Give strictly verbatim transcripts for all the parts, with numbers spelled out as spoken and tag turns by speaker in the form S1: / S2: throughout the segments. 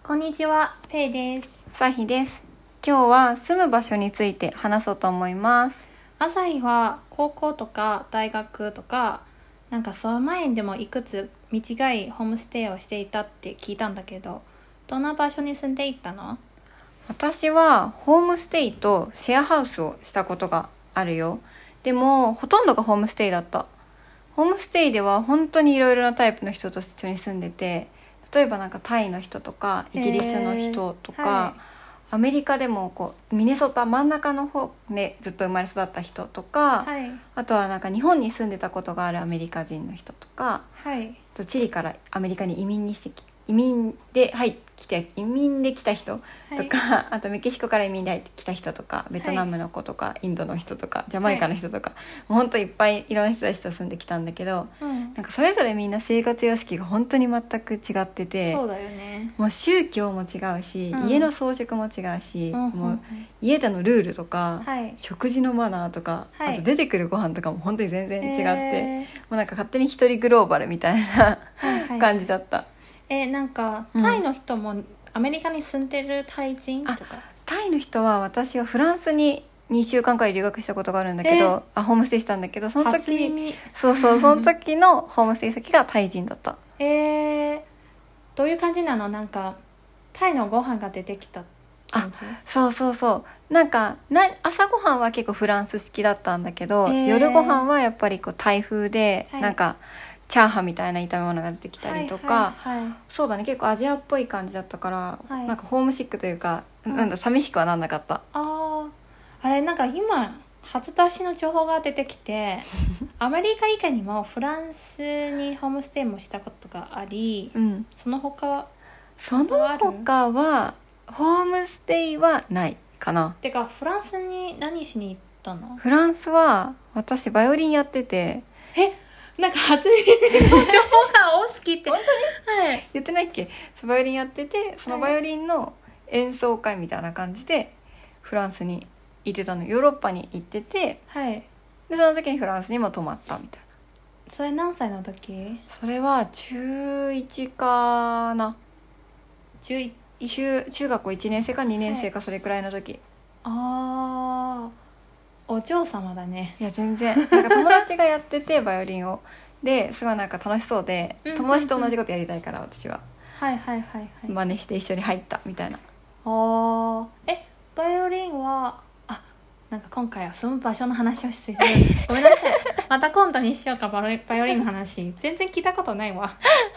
S1: こんにちは、ペイです。
S2: 朝日です。今日は住む場所について話そうと思います。
S1: 朝日は高校とか大学とか、なんかその前でもいくつ短いホームステイをしていたって聞いたんだけど、どんな場所に住んでいたの？
S2: 私はホームステイとシェアハウスをしたことがあるよ。でもほとんどがホームステイだった。ホームステイでは本当にいろいろなタイプの人と一緒に住んでて、例えばなんかタイの人とかイギリスの人とか、はい、アメリカでもこうミネソタ真ん中の方でずっと生まれ育った人とか、
S1: はい、
S2: あとはなんか日本に住んでたことがあるアメリカ人の人とか、
S1: はい、
S2: とチリからアメリカに移民にして移民で、はい、来て移民で来た人とか、はい、あとメキシコから移民で来た人とかベトナムの子とか、はい、インドの人とかジャマイカの人とか、はい、もうほんといっぱいいろんな人たちと住んできたんだけど、うん、なんかそれぞれみんな生活様式が本当に全く違ってて、
S1: そうだよね、
S2: もう宗教も違うし、うん、家の装飾も違うし、うん、もう家でのルールとか、はい、食事のマナーとか、はい、あと出てくるご飯とかも本当に全然違って、えー、もうなんか勝手に一人グローバルみたいな感じだった。
S1: えなんかタイの人もアメリカに住んでるタイ人とか、うん、
S2: タイの人は私はフランスににしゅうかんくらい留学したことがあるんだけど、あホームステイしたんだけど、その時そうそうその時のホームステイ先がタイ人だった。
S1: えー、どういう感じなの？なんかタイのご飯が出てきた感じ？
S2: あそうそうそうなんかな朝ごはんは結構フランス式だったんだけど、えー、夜ご飯はやっぱりこうタイ風で、はい、なんかチャーハンみたいな炒め物が出てきたりとか、はいはいはい、そうだね結構アジアっぽい感じだったから、はい、なんかホームシックというか、うん、なんだ寂しくはなんなかった。
S1: ああれなんか今初出しの情報が出てきてアメリカ以外にもフランスにホームステイもしたことがあり、うん、その他は
S2: その他はホームステイはないかな。
S1: てかフランスに何しに行ったの？
S2: フランスは私バイオリンやってて、
S1: えなんか初耳の情報が多すぎて
S2: 本当に、はい、言ってないっけ？バイオリンやってて、そのバイオリンの演奏会みたいな感じでフランスに行ってたの。ヨーロッパに行ってて、はい、でその時にフランスにも泊まったみたいな。
S1: それ何歳の時？
S2: それは中いちかな。
S1: 中いち
S2: 中, 中学校いちねん生かにねん生か、それくらいの時、はい、
S1: ああお嬢様だね。
S2: いや全然なんか友達がやっててバイオリンをですごいなんか楽しそうで、友達と同じことやりたいから私は
S1: はいはいはいはい
S2: 真似して一緒に入ったみたいな。
S1: あえバイオリンはあなんか今回は住む場所の話をしてるごめんなさいまた今度にしようか。バイオリンの話全然聞いたことないわ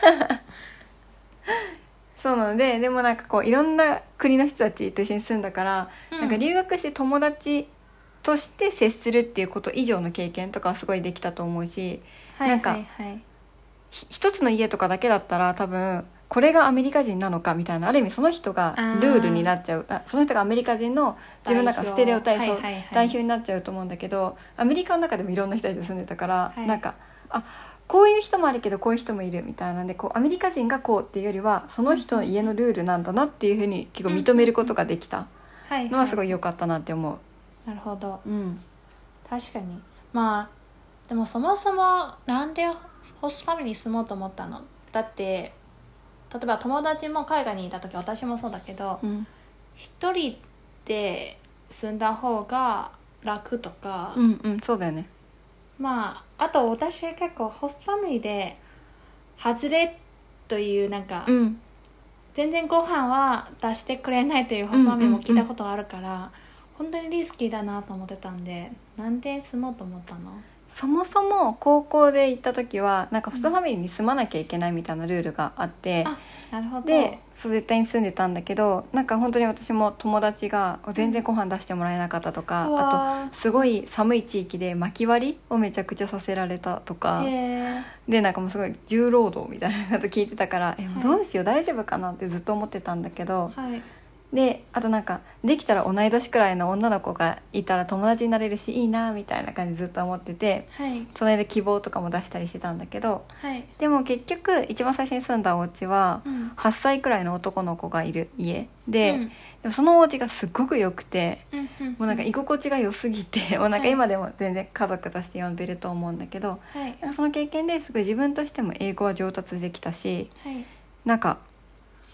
S2: そうなので、でもなんかこういろんな国の人たちと一緒に住んだから、うん、なんか留学して友達として接するっていうこと以上の経験とかはすごいできたと思うし、はいはいはい、なんか一つの家とかだけだったら多分これがアメリカ人なのかみたいな、ある意味その人がルールになっちゃう、あその人がアメリカ人の自分の中ステレオタイプ、はいはいはい、代表になっちゃうと思うんだけど、アメリカの中でもいろんな人たちと住んでたから、はい、なんかあこういう人もあるけどこういう人もいるみたいなんで、こうアメリカ人がこうっていうよりはその人の家のルールなんだなっていうふうに結構認めることができたのはすごい良かったなって思う。
S1: なるほど、うん、確かに。まあでもそもそもなんでホストファミリーに住もうと思ったの？だって例えば友達も海外にいた時、私もそうだけど、うん、一人で住んだ方が楽とか、
S2: うんうんそうだよね。
S1: まああと私結構ホストファミリーで外れというなんか、うん、全然ご飯は出してくれないというホストファミリーも聞いたことがあるから、うんうんうん、本当にリスキーだなと思ってたんで、なんで住もうと思ったの？
S2: そもそも高校で行った時はなんかホストファミリーに住まなきゃいけないみたいなルールがあって、うん、あなるほど。でそう絶対に住んでたんだけど、なんか本当に私も友達が全然ご飯出してもらえなかったとか、うん、あとすごい寒い地域で薪割りをめちゃくちゃさせられたとかで、なんかもうすごい重労働みたいなこと聞いてたから、はい、えどうしよう大丈夫かなってずっと思ってたんだけど、はい、であとなんかできたら同い年くらいの女の子がいたら友達になれるしいいなみたいな感じずっと思ってて、はい、その間希望とかも出したりしてたんだけど、はい、でも結局一番最初に住んだお家は、うん、はっさいくらいの男の子がいる家で、うん、でもそのお家がすっごく良くて、うんうんうん、もうなんか居心地が良すぎてもうなんか今でも全然家族として呼んでると思うんだけど、はい、その経験ですごい自分としても英語は上達できたし、はい、なんか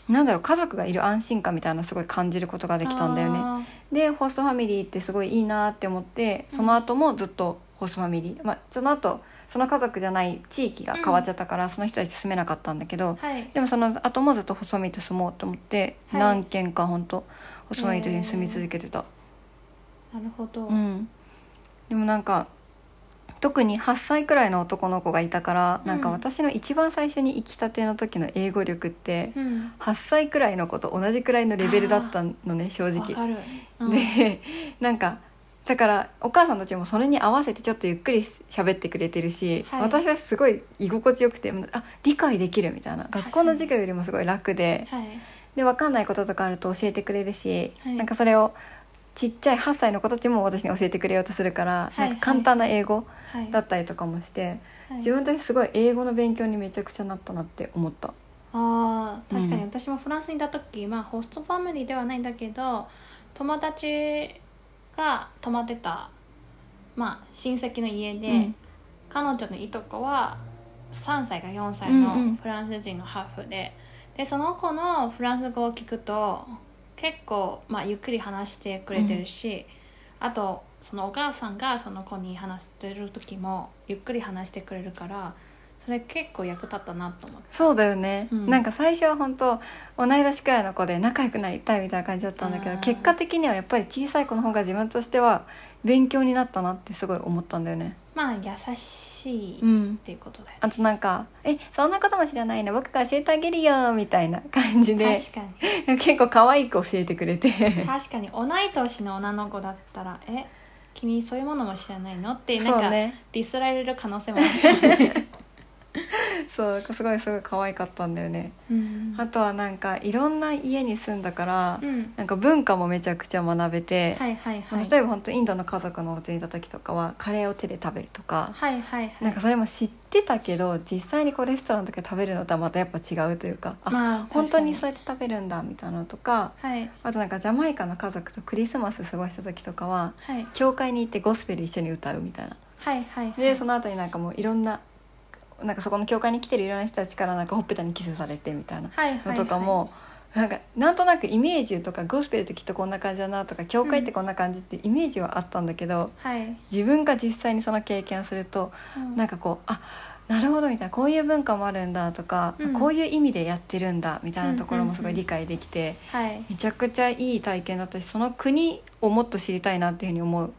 S2: なんだろう家族がいる安心感みたいなのすごい感じることができたんだよね。でホストファミリーってすごいいいなって思って、その後もずっとホストファミリー、まあ、その後その家族じゃない地域が変わっちゃったから、うん、その人たちと住めなかったんだけど、
S1: はい、
S2: でもその後もずっとホストファミリーと住もうと思って、はい、何軒か本当ホストファミリーに住み続けてた。
S1: なるほど、
S2: うん、でもなんか特にはっさいくらいの男の子がいたから、うん、なんか私の一番最初に行きたての時の英語力って、うん、はっさいくらいの子と同じくらいのレベルだったのね正直。
S1: わかる、うん、
S2: でなんかだからお母さんたちもそれに合わせてちょっとゆっくり喋ってくれてるし、はい、私はすごい居心地よくて、あ理解できるみたいな、学校の授業よりもすごい楽で、はい、で分かんないこととかあると教えてくれるし、はい、なんかそれをちっちゃいはっさいの子たちも私に教えてくれようとするから、はい、なんか簡単な英語だったりとかもして、はい、自分としてすごい英語の勉強にめちゃくちゃなったなって思った。
S1: あ確かに私もフランスにいた時、うん、まあ、ホストファミリーではないんだけど友達が泊まってた、まあ、親戚の家で、うん、彼女のいとこはさんさいかよんさいのフランス人のハーフで、うんうん、でその子のフランス語を聞くと結構、まあ、ゆっくり話してくれてるし、うん、あとそのお母さんがその子に話してる時もゆっくり話してくれるから、それ結構役立ったなと思って。
S2: そうだよね、うん、なんか最初は本当同い年くらいの子で仲良くなりたいみたいな感じだったんだけど、結果的にはやっぱり小さい子の方が自分としては勉強になったなってすごい思ったんだよね。
S1: まあ優しいっていうことだよね、
S2: うん、あとなんかえそんなことも知らないの僕が教えてあげるよみたいな感じで、
S1: 確かに
S2: 結構可愛く教えてくれて
S1: 確かに同い年の女の子だったらえ君そういうものも知らないのってなんか、ね、ディスられる可能性もある
S2: そうすごいすごい可愛かったんだよね、
S1: うん、
S2: あとはなんかいろんな家に住んだから、
S1: うん、
S2: なんか文化もめちゃくちゃ学べて、
S1: はいはいはい、
S2: 例えば本当インドの家族のお家にいた時とかはカレーを手で食べるとか、
S1: はいはいはい、
S2: なんかそれも知ってたけど実際にこうレストランとかで食べるのとはまたやっぱ違うというか、あ、まあ、本当にそうやって食べるんだみたいなのとか、
S1: はい、
S2: あとなんかジャマイカの家族とクリスマス過ごした時とかは、
S1: はい、
S2: 教会に行ってゴスペル一緒に歌うみたいな、
S1: はいはいはい、
S2: でその後になんかもういろんななんかそこの教会に来てるいろんな人たちからなんかほっぺたにキスされてみたいなのとかも、はいはいはい、なんかなんとなくイメージとかゴスペルってきっとこんな感じだなとか教会ってこんな感じってイメージはあったんだけど、
S1: うん、
S2: 自分が実際にその経験をすると、うん、なんかこうあなるほどみたいな、こういう文化もあるんだとか、うん、こういう意味でやってるんだみたいなところもすごい理解できて、
S1: うんうんうん、
S2: めちゃくちゃいい体験だったし、その国をもっと知りたいなっていうふうに思った、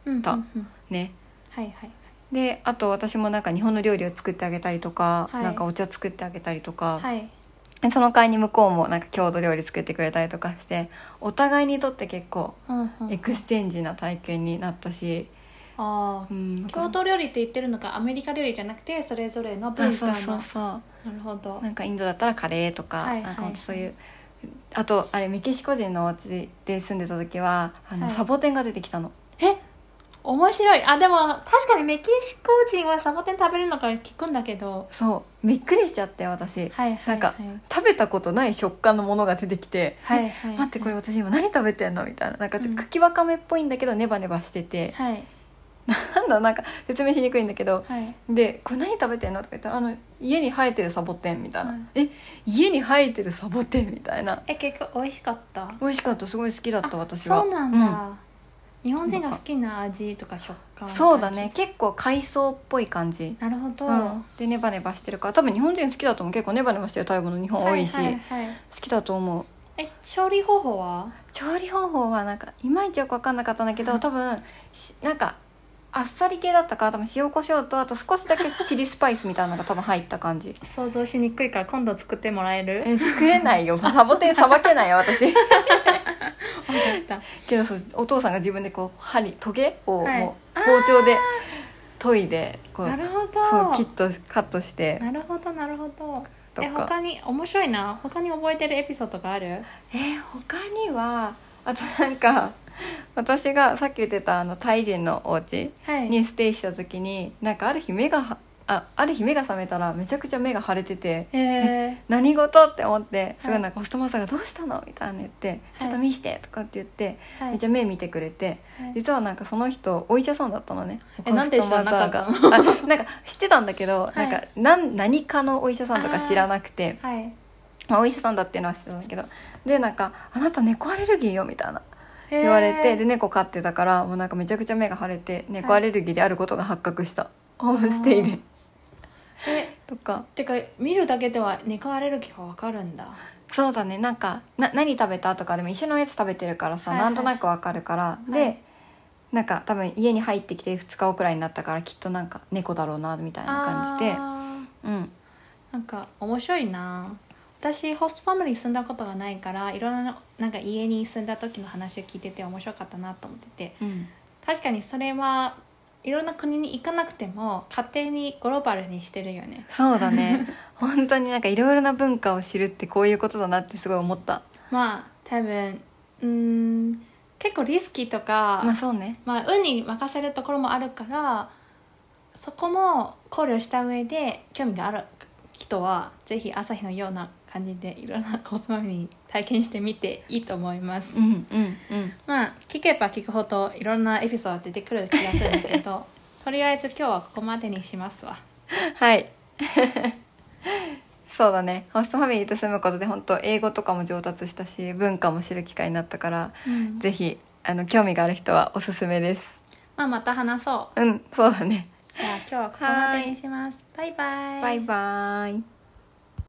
S2: うんうんうん、ね、
S1: はいはい、
S2: であと私もなんか日本の料理を作ってあげたりとか、
S1: はい、
S2: なんかお茶作ってあげたりとか、
S1: はい、
S2: その代わりに向こうもなんか郷土料理作ってくれたりとかして、お互いにとって結構エクスチェンジな体験になったし、
S1: あ、うん、郷土料理って言ってるのがアメリカ料理じゃなくてそれぞれの文化の、
S2: そうそうそう、
S1: なるほど、
S2: なんかインドだったらカレーとか、
S1: はいはいはい、
S2: なんか本当そういう、あとあれメキシコ人のお家で住んでた時はあの、はい、サボテンが出てきたの。
S1: え面白い。あでも確かにメキシコ人はサボテン食べるのから聞くんだけど、
S2: そうびっくりしちゃって私、
S1: はいはいはい、
S2: なんか食べたことない食感のものが出てきて、
S1: はいはいはい、
S2: 待ってこれ私今何食べてんのみたいな、なんか茎わかめっぽいんだけどネバネバしてて、
S1: はい、
S2: なんだなんか説明しにくいんだけど、
S1: はい、
S2: でこれ何食べてんのとか言ったらあの家に生えてるサボテンみたいな、はい、え家に生えてるサボテンみたいな。
S1: え結構美味しかった？
S2: 美味しかった、すごい好きだった私は。
S1: そうなんだ、うん、日本人が好きな味とか食感。
S2: そうだね、結構海藻っぽい感じ。
S1: なるほど、
S2: うん、でネバネバしてるから多分日本人好きだと思う。結構ネバネバしてる食べ物日本多いし、
S1: はいはいはい、
S2: 好きだと思う。
S1: え調理方法は？
S2: 調理方法はなんかいまいちよく分かんなかったんだけど、多分なんかあっさり系だったから多分塩コショウとあと少しだけチリスパイスみたいなのが多分入った感じ。
S1: 想像しにくいから今度作ってもらえる？
S2: え作れないよサボテンさばけないよ私けどそうお父さんが自分でこう針トゲをもう包丁で研いでこう、
S1: なるほど、
S2: そうキットカットして。
S1: なるほどなるほど。え他に面白いな、他に覚えてるエピソードがある？
S2: えー、他にはあとなんか私がさっき言ってたあのタイ人のお家にステイした時に、はい、なんかある日目があある日目が覚めたらめちゃくちゃ目が腫れてて、
S1: え
S2: 何事って思ってすごいなんかホストマスターがどうしたのみたいなの言って、はい、ちょっと見してとかって言って、はい、めっちゃ目見てくれて、はい、実はなんかその人お医者さんだったのね。
S1: えなんで知らなかった
S2: の？あなんか知ってたんだけど、はい、なんか何何かのお医者さんとか知らなくて、
S1: はい、
S2: まあ、お医者さんだっていうのは知ってたんだけど、でなんかあなた猫アレルギーよみたいな言われて、で猫飼ってたからもうなんかめちゃくちゃ目が腫れて猫アレルギーであることが発覚した、はい、ホームステイで
S1: え
S2: とか
S1: てか見るだけでは猫アレルギーが分かるんだ。
S2: そうだね、なんかな何食べたとかでも一緒のやつ食べてるからさ、はいはい、なんとなく分かるから、はい、でなんか多分家に入ってきてふつかごくらいになったからきっとなんか猫だろうなみたいな感じで、うん、
S1: なんか面白いな。私ホストファミリーに住んだことがないからいろんな、なんか家に住んだ時の話を聞いてて面白かったなと思ってて、うん、確かにそれはいろんな国に行かなくても家庭にグローバルにしてるよね。
S2: そうだね本当になんかいろいろな文化を知るってこういうことだなってすごい思った。
S1: まあ多分うーん結構リスキーとか、
S2: まあそうね、
S1: まあ、運に任せるところもあるからそこも考慮した上で興味がある人はぜひ朝日のような感じでいろんなコスモファミリー体験してみていいと思います、
S2: うんうんうん、
S1: まあ聞けば聞くほどいろんなエピソード出てくる気がするんだけどとりあえず今日はここまでにしますわ。
S2: はいそうだね、ホストファミリーと住むことで本当英語とかも上達したし文化も知る機会になったから、うん、ぜひあの興味がある人はおすすめです。
S1: まあまた話そう。
S2: うん、そうだね。
S1: じゃあ今日はここまでにします。バイバイ。
S2: バイバイ。